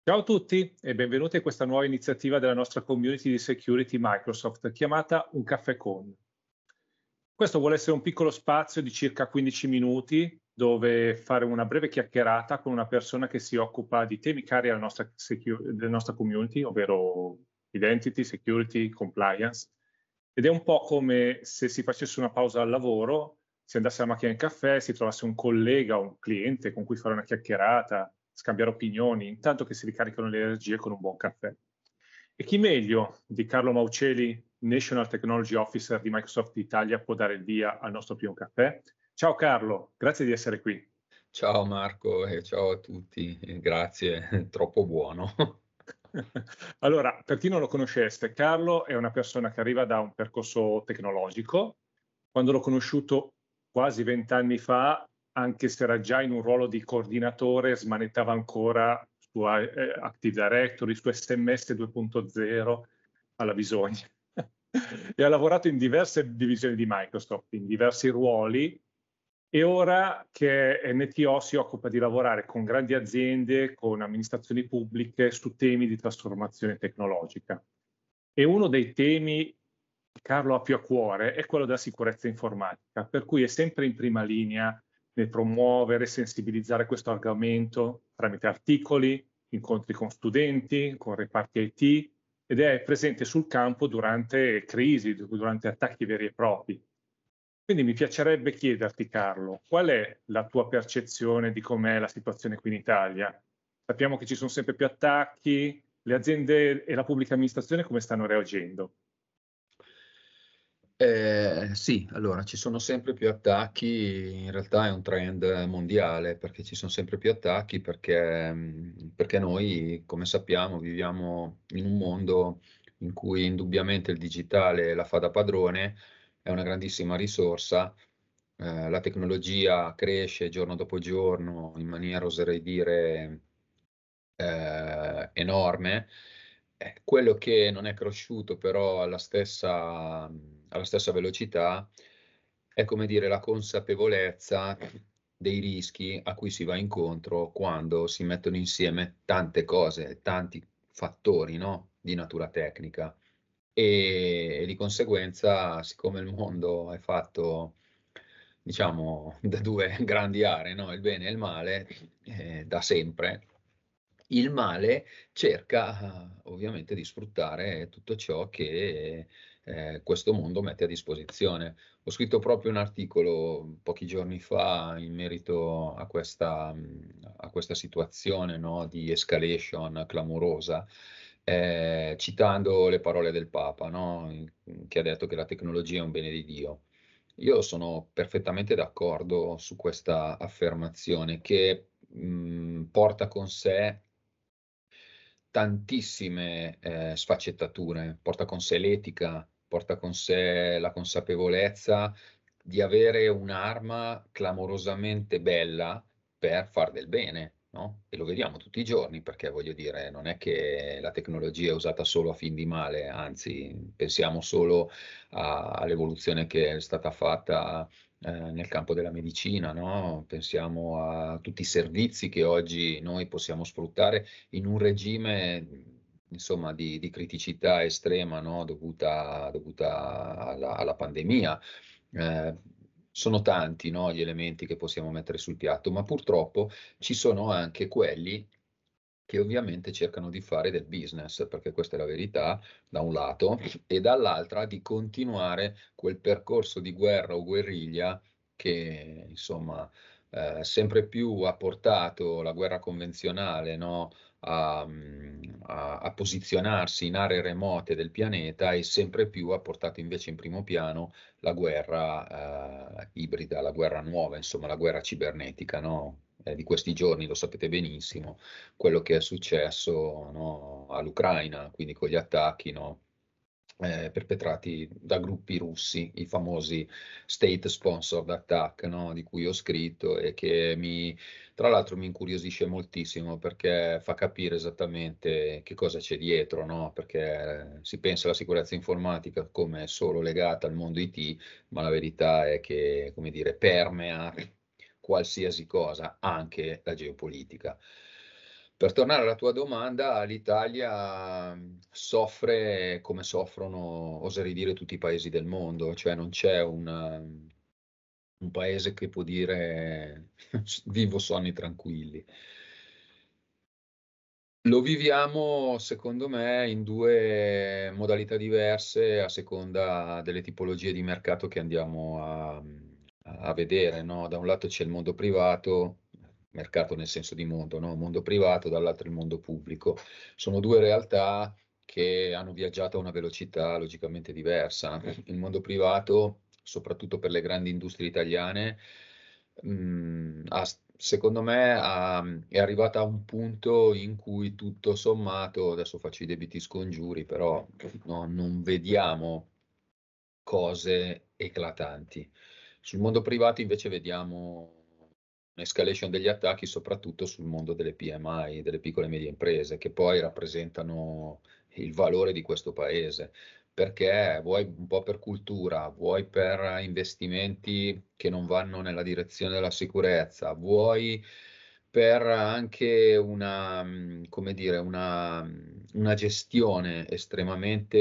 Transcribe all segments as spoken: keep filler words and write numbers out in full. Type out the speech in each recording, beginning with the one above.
Ciao a tutti e benvenuti a questa nuova iniziativa della nostra community di security Microsoft chiamata Un caffè con. Questo vuole essere un piccolo spazio di circa quindici minuti dove fare una breve chiacchierata con una persona che si occupa di temi cari alla nostra, secu- della nostra community, ovvero identity, security, compliance. Ed è un po' come se si facesse una pausa al lavoro, si andasse alla macchina del caffè, si trovasse un collega o un cliente con cui fare una chiacchierata, scambiare opinioni, intanto che si ricaricano le energie con un buon caffè. E chi meglio di Carlo Mauceli, National Technology Officer di Microsoft Italia, può dare il via al nostro primo caffè? Ciao Carlo, grazie di essere qui. Ciao Marco e ciao a tutti, e grazie, troppo buono. Allora, per chi non lo conoscesse, Carlo è una persona che arriva da un percorso tecnologico. Quando l'ho conosciuto quasi vent'anni fa, anche se era già in un ruolo di coordinatore, smanettava ancora su eh, Active Directory, su S M S due punto zero alla bisogna. E ha lavorato in diverse divisioni di Microsoft, in diversi ruoli, e ora che N T O si occupa di lavorare con grandi aziende, con amministrazioni pubbliche su temi di trasformazione tecnologica. E uno dei temi che Carlo ha più a cuore è quello della sicurezza informatica, per cui è sempre in prima linea nel promuovere e sensibilizzare questo argomento tramite articoli, incontri con studenti, con reparti I T, ed è presente sul campo durante crisi, durante attacchi veri e propri. Quindi mi piacerebbe chiederti, Carlo, qual è la tua percezione di com'è la situazione qui in Italia? Sappiamo che ci sono sempre più attacchi, le aziende e la pubblica amministrazione come stanno reagendo? Eh, sì, allora ci sono sempre più attacchi, in realtà è un trend mondiale perché ci sono sempre più attacchi perché, mh, perché noi, come sappiamo, viviamo in un mondo in cui indubbiamente il digitale la fa da padrone, è una grandissima risorsa, eh, la tecnologia cresce giorno dopo giorno in maniera, oserei dire, ehm, enorme. Eh, quello che non è cresciuto però alla stessa mhmm, alla stessa velocità è, come dire, la consapevolezza dei rischi a cui si va incontro quando si mettono insieme tante cose, tanti fattori, no, di natura tecnica. E e di conseguenza, siccome il mondo è fatto, diciamo, da due grandi aree, no, il bene e il male, ehm, da sempre, il male cerca, eh, ovviamente, di sfruttare tutto ciò che, ehm, questo mondo mette a disposizione. Ho scritto proprio un articolo pochi giorni fa in merito a questa mhmm, a questa situazione, no, di escalation clamorosa, ehm, citando le parole del Papa, no, in mhmm, che ha detto che la tecnologia è un bene di Dio. Io sono perfettamente d'accordo su questa affermazione che, mhmm, porta con sé tantissime, ehm, sfaccettature. Porta con sé l'etica, porta con sé la consapevolezza di avere un'arma clamorosamente bella per far del bene, no, e lo vediamo tutti i giorni perché, voglio dire, non è che la tecnologia è usata solo a fin di male, anzi pensiamo solo a all'evoluzione che è stata fatta, ehm, nel campo della medicina, no, pensiamo a tutti i servizi che oggi noi possiamo sfruttare in un regime, mhmm, insomma di di criticità estrema, no, dovuta dovuta alla alla pandemia. Ehm, sono tanti, no, gli elementi che possiamo mettere sul piatto, ma purtroppo ci sono anche quelli che ovviamente cercano di fare del business, perché questa è la verità, da un lato, e dall'altra di continuare quel percorso di guerra o guerriglia che insomma, ehm, sempre più ha portato la guerra convenzionale, no, a mhmm, a a posizionarsi in aree remote del pianeta e sempre più ha portato invece in primo piano la guerra, ehm, ibrida, la guerra nuova, insomma la guerra cibernetica, no, ehm, di questi giorni, lo sapete benissimo, quello che è successo, no, all'Ucraina, quindi con gli attacchi, no, ehm, perpetrati da gruppi russi, i famosi state sponsored attack, no, di cui ho scritto e che mi tra l'altro mi incuriosisce moltissimo perché fa capire esattamente che cosa c'è dietro, no, perché si pensa alla sicurezza informatica come solo legata al mondo I T, ma la verità è che, come dire, permea qualsiasi cosa, anche la geopolitica. Per tornare alla tua domanda, l'Italia soffre come soffrono, oserei dire, tutti i paesi del mondo, cioè non c'è un, un paese che può dire vivo sonni tranquilli. Lo viviamo, secondo me, in due modalità diverse a seconda delle tipologie di mercato che andiamo a, a vedere, no? Da un lato c'è il mondo privato, mercato nel senso di mondo, no? Mondo privato, dall'altro il mondo pubblico. Sono due realtà che hanno viaggiato a una velocità logicamente diversa. Il mondo privato, soprattutto per le grandi industrie italiane, mh, ha secondo me ha, è arrivata a un punto in cui tutto sommato, adesso faccio i debiti scongiuri, però no, non vediamo cose eclatanti. Sul mondo privato invece vediamo un'escalation degli attacchi, soprattutto sul mondo delle P M I, delle piccole e medie imprese, che poi rappresentano il valore di questo paese. Perché vuoi un po' per cultura, vuoi per investimenti che non vanno nella direzione della sicurezza, vuoi per anche una, come dire, una, una gestione estremamente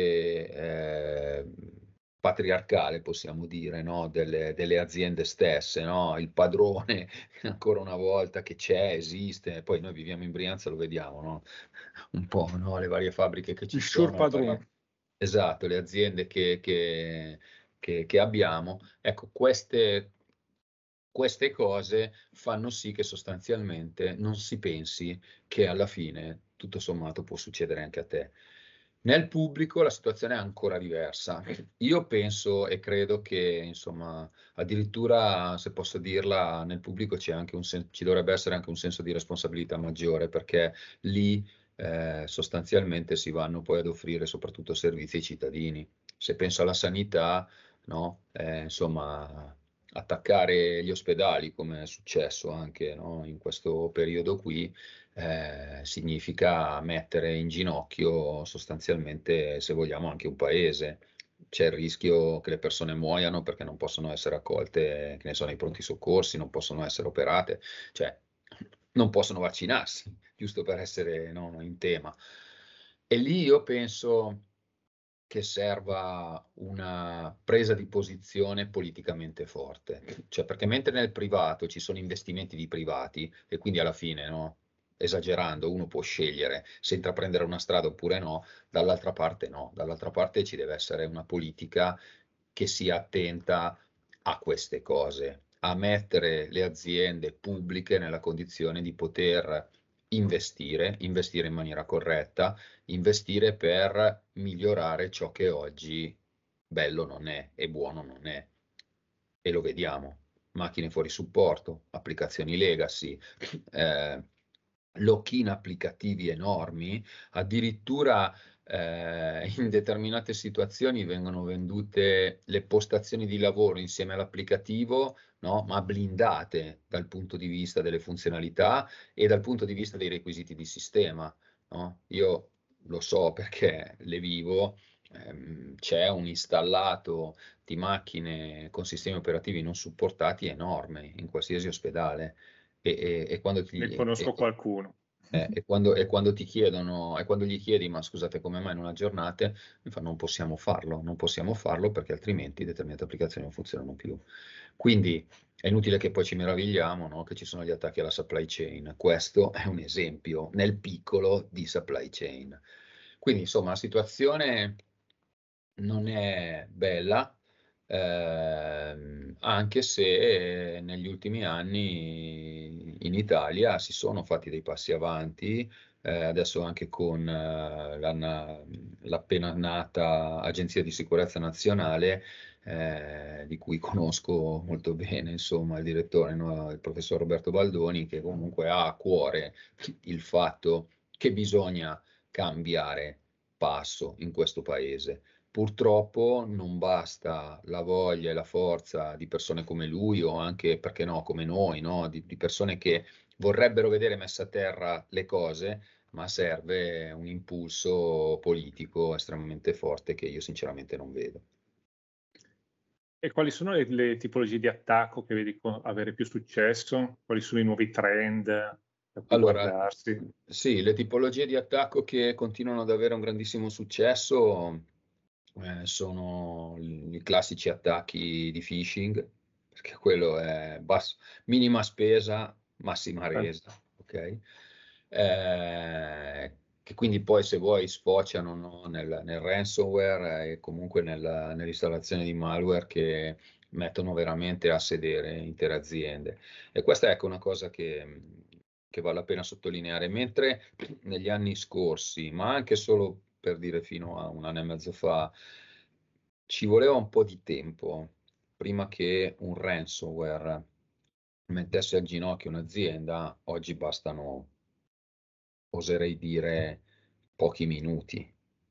eh, patriarcale, possiamo dire, no? Delle, delle aziende stesse, no? Il padrone, ancora una volta, che c'è, esiste, poi noi viviamo in Brianza, lo vediamo, no? Un po', no? Le varie fabbriche che ci Il sono, poi surpadrone. va- esatto, le aziende che, che, che, che abbiamo. Ecco, queste, queste cose fanno sì che sostanzialmente non si pensi che alla fine, tutto sommato, può succedere anche a te. Nel pubblico la situazione è ancora diversa. Io penso e credo che, insomma, addirittura, se posso dirla, nel pubblico c'è anche un sen- ci dovrebbe essere anche un senso di responsabilità maggiore, perché lì eh, sostanzialmente si vanno poi ad offrire soprattutto servizi ai cittadini. Se penso alla sanità, no? Eh, insomma, attaccare gli ospedali, come è successo anche, no? In questo periodo qui, eh, significa mettere in ginocchio sostanzialmente, se vogliamo, anche un paese. C'è il rischio che le persone muoiano perché non possono essere accolte, che ne so, nei pronti soccorsi, non possono essere operate, cioè non possono vaccinarsi, giusto per essere, no, in tema. E lì io penso che serva una presa di posizione politicamente forte, cioè perché mentre nel privato ci sono investimenti di privati e quindi alla fine, no, esagerando, uno può scegliere se intraprendere una strada oppure no, dall'altra parte no, dall'altra parte ci deve essere una politica che sia attenta a queste cose, a mettere le aziende pubbliche nella condizione di poter investire, investire in maniera corretta, investire per migliorare ciò che oggi bello non è e buono non è. E lo vediamo. Macchine fuori supporto, applicazioni legacy, eh, lock-in applicativi enormi, addirittura eh, in determinate situazioni vengono vendute le postazioni di lavoro insieme all'applicativo, no? Ma blindate dal punto di vista delle funzionalità e dal punto di vista dei requisiti di sistema, no? Io lo so perché le vivo, ehm, c'è un installato di macchine con sistemi operativi non supportati enorme in qualsiasi ospedale. E, e- e quando Ne ti, e- conosco qualcuno. eh, e quando, e quando ti chiedono, e quando gli chiedi, ma scusate, come mai non aggiornate? Mi fa, non possiamo farlo, non possiamo farlo perché altrimenti determinate applicazioni non funzionano più. Quindi è inutile che poi ci meravigliamo, no, che ci sono gli attacchi alla supply chain. Questo è un esempio nel piccolo di supply chain. Quindi, insomma, la situazione non è bella, ehm, anche se negli ultimi anni in Italia si sono fatti dei passi avanti, eh, adesso anche con eh, la na- l'appena nata Agenzia di Sicurezza Nazionale, eh, di cui conosco molto bene, insomma, il direttore, no, il professor Roberto Baldoni, che comunque ha a cuore il fatto che bisogna cambiare passo in questo paese. Purtroppo non basta la voglia e la forza di persone come lui o anche, perché no, come noi, no? Di, di persone che vorrebbero vedere messe a terra le cose, ma serve un impulso politico estremamente forte che io sinceramente non vedo. E quali sono le, le tipologie di attacco che vedi co- avere più successo? Quali sono i nuovi trend? da cui Allora, guardarsi. sì, le tipologie di attacco che continuano ad avere un grandissimo successo eh, sono i classici attacchi di phishing, perché quello è basso, minima spesa, massima Eh, resa, ok? Eh, che quindi poi se vuoi sfociano, no, nel, nel ransomware e comunque nella- nell'installazione di malware che mettono veramente a sedere intere aziende. E questa è ecco una cosa che, che vale la pena sottolineare, mentre negli anni scorsi, ma anche solo per dire fino a un anno e mezzo fa, ci voleva un po' di tempo prima che un ransomware mettesse al ginocchio un'azienda, oggi bastano, oserei dire, pochi minuti,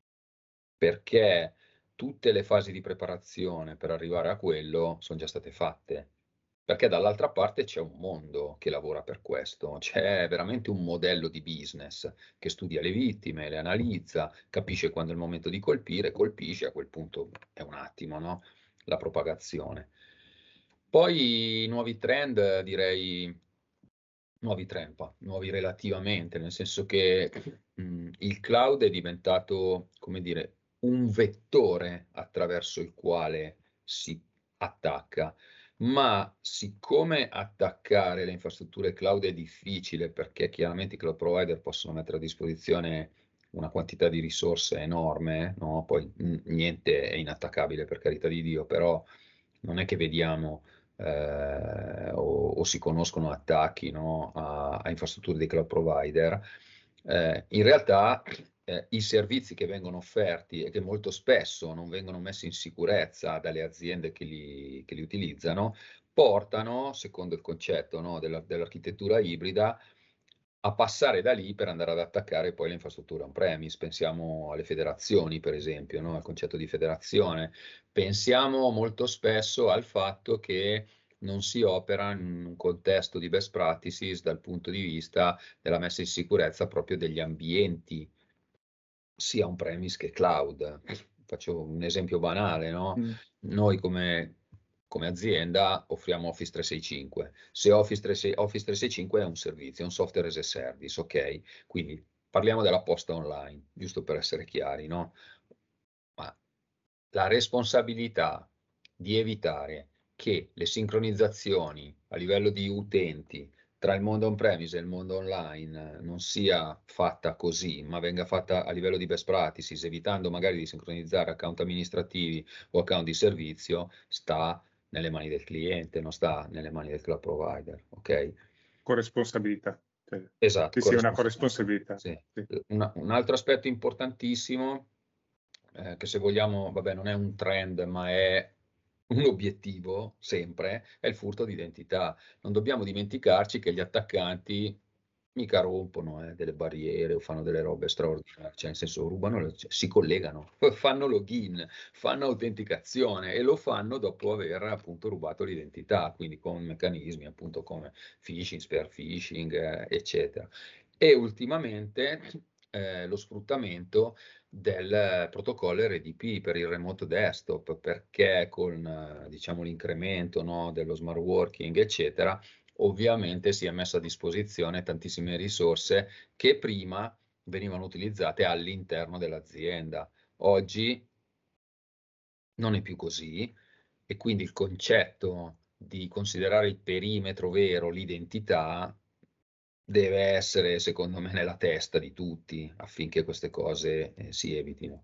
perché tutte le fasi di preparazione per arrivare a quello sono già state fatte. Perché dall'altra parte c'è un mondo che lavora per questo, c'è veramente un modello di business che studia le vittime, le analizza, capisce quando è il momento di colpire, colpisce, a quel punto è un attimo, no? La propagazione. Poi i nuovi trend, direi, nuovi trend, pa- nuovi relativamente, nel senso che mh, il cloud è diventato, come dire, un vettore attraverso il quale si attacca, ma siccome attaccare le infrastrutture cloud è difficile perché chiaramente i cloud provider possono mettere a disposizione una quantità di risorse enorme, no? Poi mh, niente è inattaccabile per carità di Dio, però non è che vediamo eh, o, o si conoscono attacchi, no, a, a infrastrutture dei cloud provider. Eh, in realtà eh, i servizi che vengono offerti e che molto spesso non vengono messi in sicurezza dalle aziende che li, che li utilizzano, portano, secondo il concetto, no, della, dell'architettura ibrida, a passare da lì per andare ad attaccare poi le infrastrutture on-premise. Pensiamo alle federazioni, per esempio, no, al concetto di federazione. Pensiamo molto spesso al fatto che non si opera in un contesto di best practices dal punto di vista della messa in sicurezza proprio degli ambienti, sia on-premise che cloud. Faccio un esempio banale, no? mm. Noi come, come azienda offriamo Office trecentosessantacinque. Se Office trecentosessantacinque, Office trecentosessantacinque è un servizio, è un software as a service, ok? Quindi parliamo della posta online, giusto per essere chiari, no? Ma la responsabilità di evitare che le sincronizzazioni a livello di utenti tra il mondo on-premise e il mondo online non sia fatta così, ma venga fatta a livello di best practices, evitando magari di sincronizzare account amministrativi o account di servizio, sta nelle mani del cliente, non sta nelle mani del cloud provider, ok? Corresponsabilità. Cioè, Esatto, che sia una corresponsabilità. corresponsabilità. Sì. Sì. Una- un altro aspetto importantissimo, eh, che se vogliamo, vabbè, non è un trend, ma è un obiettivo sempre, è il furto di identità. Non dobbiamo dimenticarci che gli attaccanti mica rompono eh, delle barriere o fanno delle robe straordinarie, cioè nel senso rubano, cioè, si collegano, fanno login, fanno autenticazione e lo fanno dopo aver appunto rubato l'identità, quindi con meccanismi appunto come phishing, spear phishing, eh, eccetera. E ultimamente eh, lo sfruttamento del protocollo R D P per il remote desktop, perché con eh, diciamo, l'incremento, no, dello smart working, eccetera, ovviamente si è messo a disposizione tantissime risorse che prima venivano utilizzate all'interno dell'azienda. Oggi non è più così e quindi il concetto di considerare il perimetro vero, l'identità, deve essere, secondo me, nella testa di tutti affinché queste cose eh, si evitino.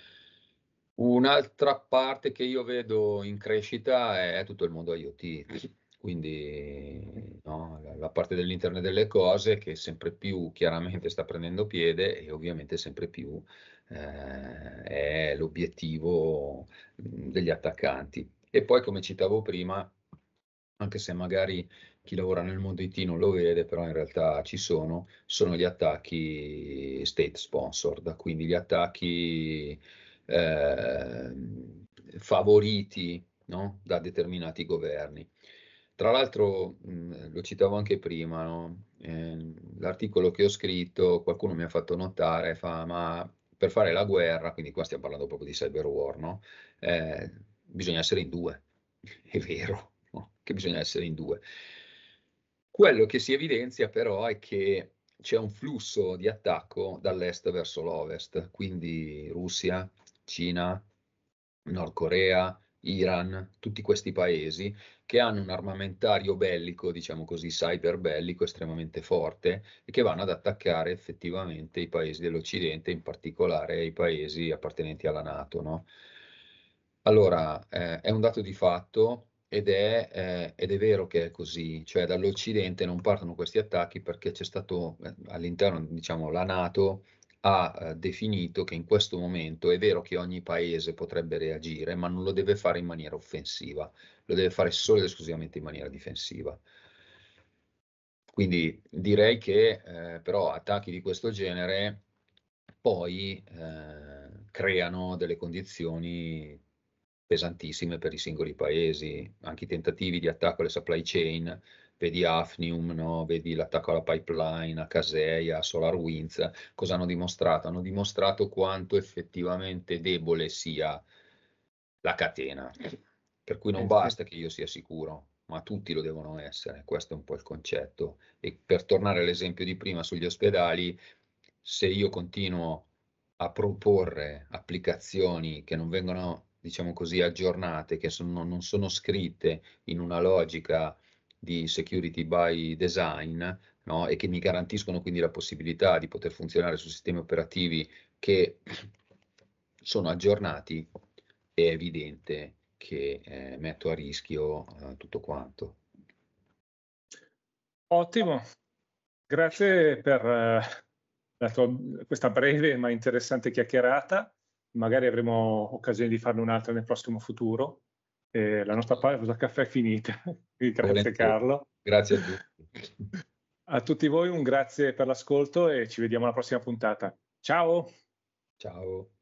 Un'altra parte che io vedo in crescita è tutto il mondo IoT, quindi no, la, la parte dell'Internet delle cose che sempre più chiaramente sta prendendo piede e ovviamente sempre più eh, è l'obiettivo mh, degli attaccanti. E poi, come citavo prima, anche se magari chi lavora nel mondo I T non lo vede, però in realtà ci sono, sono gli attacchi state sponsored, quindi gli attacchi eh, favoriti, no? Da determinati governi. Tra l'altro, mh, lo citavo anche prima, no? Eh, l'articolo che ho scritto, qualcuno mi ha fatto notare, fa, ma per fare la guerra, quindi qua stiamo parlando proprio di cyber war, no? Eh, bisogna essere in due, è vero, no? Che bisogna essere in due. Quello che si evidenzia però è che c'è un flusso di attacco dall'est verso l'ovest, quindi Russia, Cina, Nord Corea, Iran, tutti questi paesi che hanno un armamentario bellico, diciamo così, cyberbellico estremamente forte e che vanno ad attaccare effettivamente i paesi dell'Occidente, in particolare i paesi appartenenti alla NATO, no? Allora, eh, è un dato di fatto ed è, eh, ed è vero che è così, cioè dall'Occidente non partono questi attacchi perché c'è stato eh, all'interno, diciamo, la NATO ha eh, definito che in questo momento è vero che ogni paese potrebbe reagire, ma non lo deve fare in maniera offensiva, lo deve fare solo ed esclusivamente in maniera difensiva. Quindi direi che eh, però attacchi di questo genere poi eh, creano delle condizioni pesantissime per i singoli paesi, anche i tentativi di attacco alle supply chain, vedi Hafnium, no? Vedi l'attacco alla pipeline, a Kaseya, a SolarWinds, cosa hanno dimostrato? Hanno dimostrato quanto effettivamente debole sia la catena, per cui non Eh sì. basta che io sia sicuro, ma tutti lo devono essere, questo è un po' il concetto. E per tornare all'esempio di prima sugli ospedali, se io continuo a proporre applicazioni che non vengono, diciamo così, aggiornate, che sono, non sono scritte in una logica di security by design, no? E che mi garantiscono quindi la possibilità di poter funzionare su sistemi operativi che sono aggiornati, è evidente che eh, metto a rischio eh, tutto quanto. Ottimo, grazie per eh, la tua, questa breve ma interessante chiacchierata. Magari avremo occasione di farne un'altra nel prossimo futuro. E la nostra pausa caffè è finita. Quindi grazie Volentieri. Carlo. Grazie a tutti. A tutti voi un grazie per l'ascolto e ci vediamo alla prossima puntata. Ciao! Ciao.